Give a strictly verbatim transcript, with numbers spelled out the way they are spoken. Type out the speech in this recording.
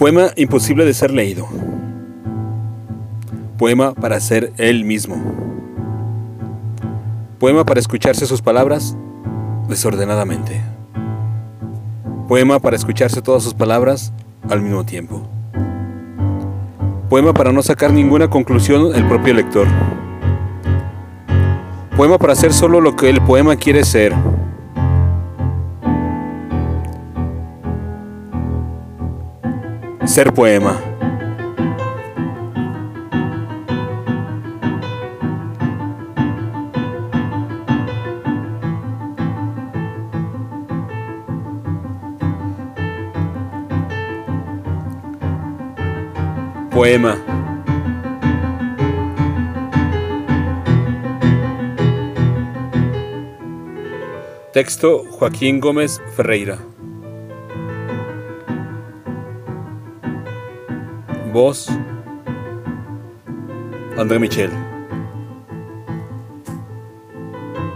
Poema imposible de ser leído. Poema para ser él mismo. Poema para escucharse sus palabras desordenadamente. Poema para escucharse todas sus palabras al mismo tiempo. Poema para no sacar ninguna conclusión el propio lector. Poema para ser solo lo que el poema quiere ser. Ser poema. Poema. Texto: Joaquín Gómez Ferreira. Voz: André Michel.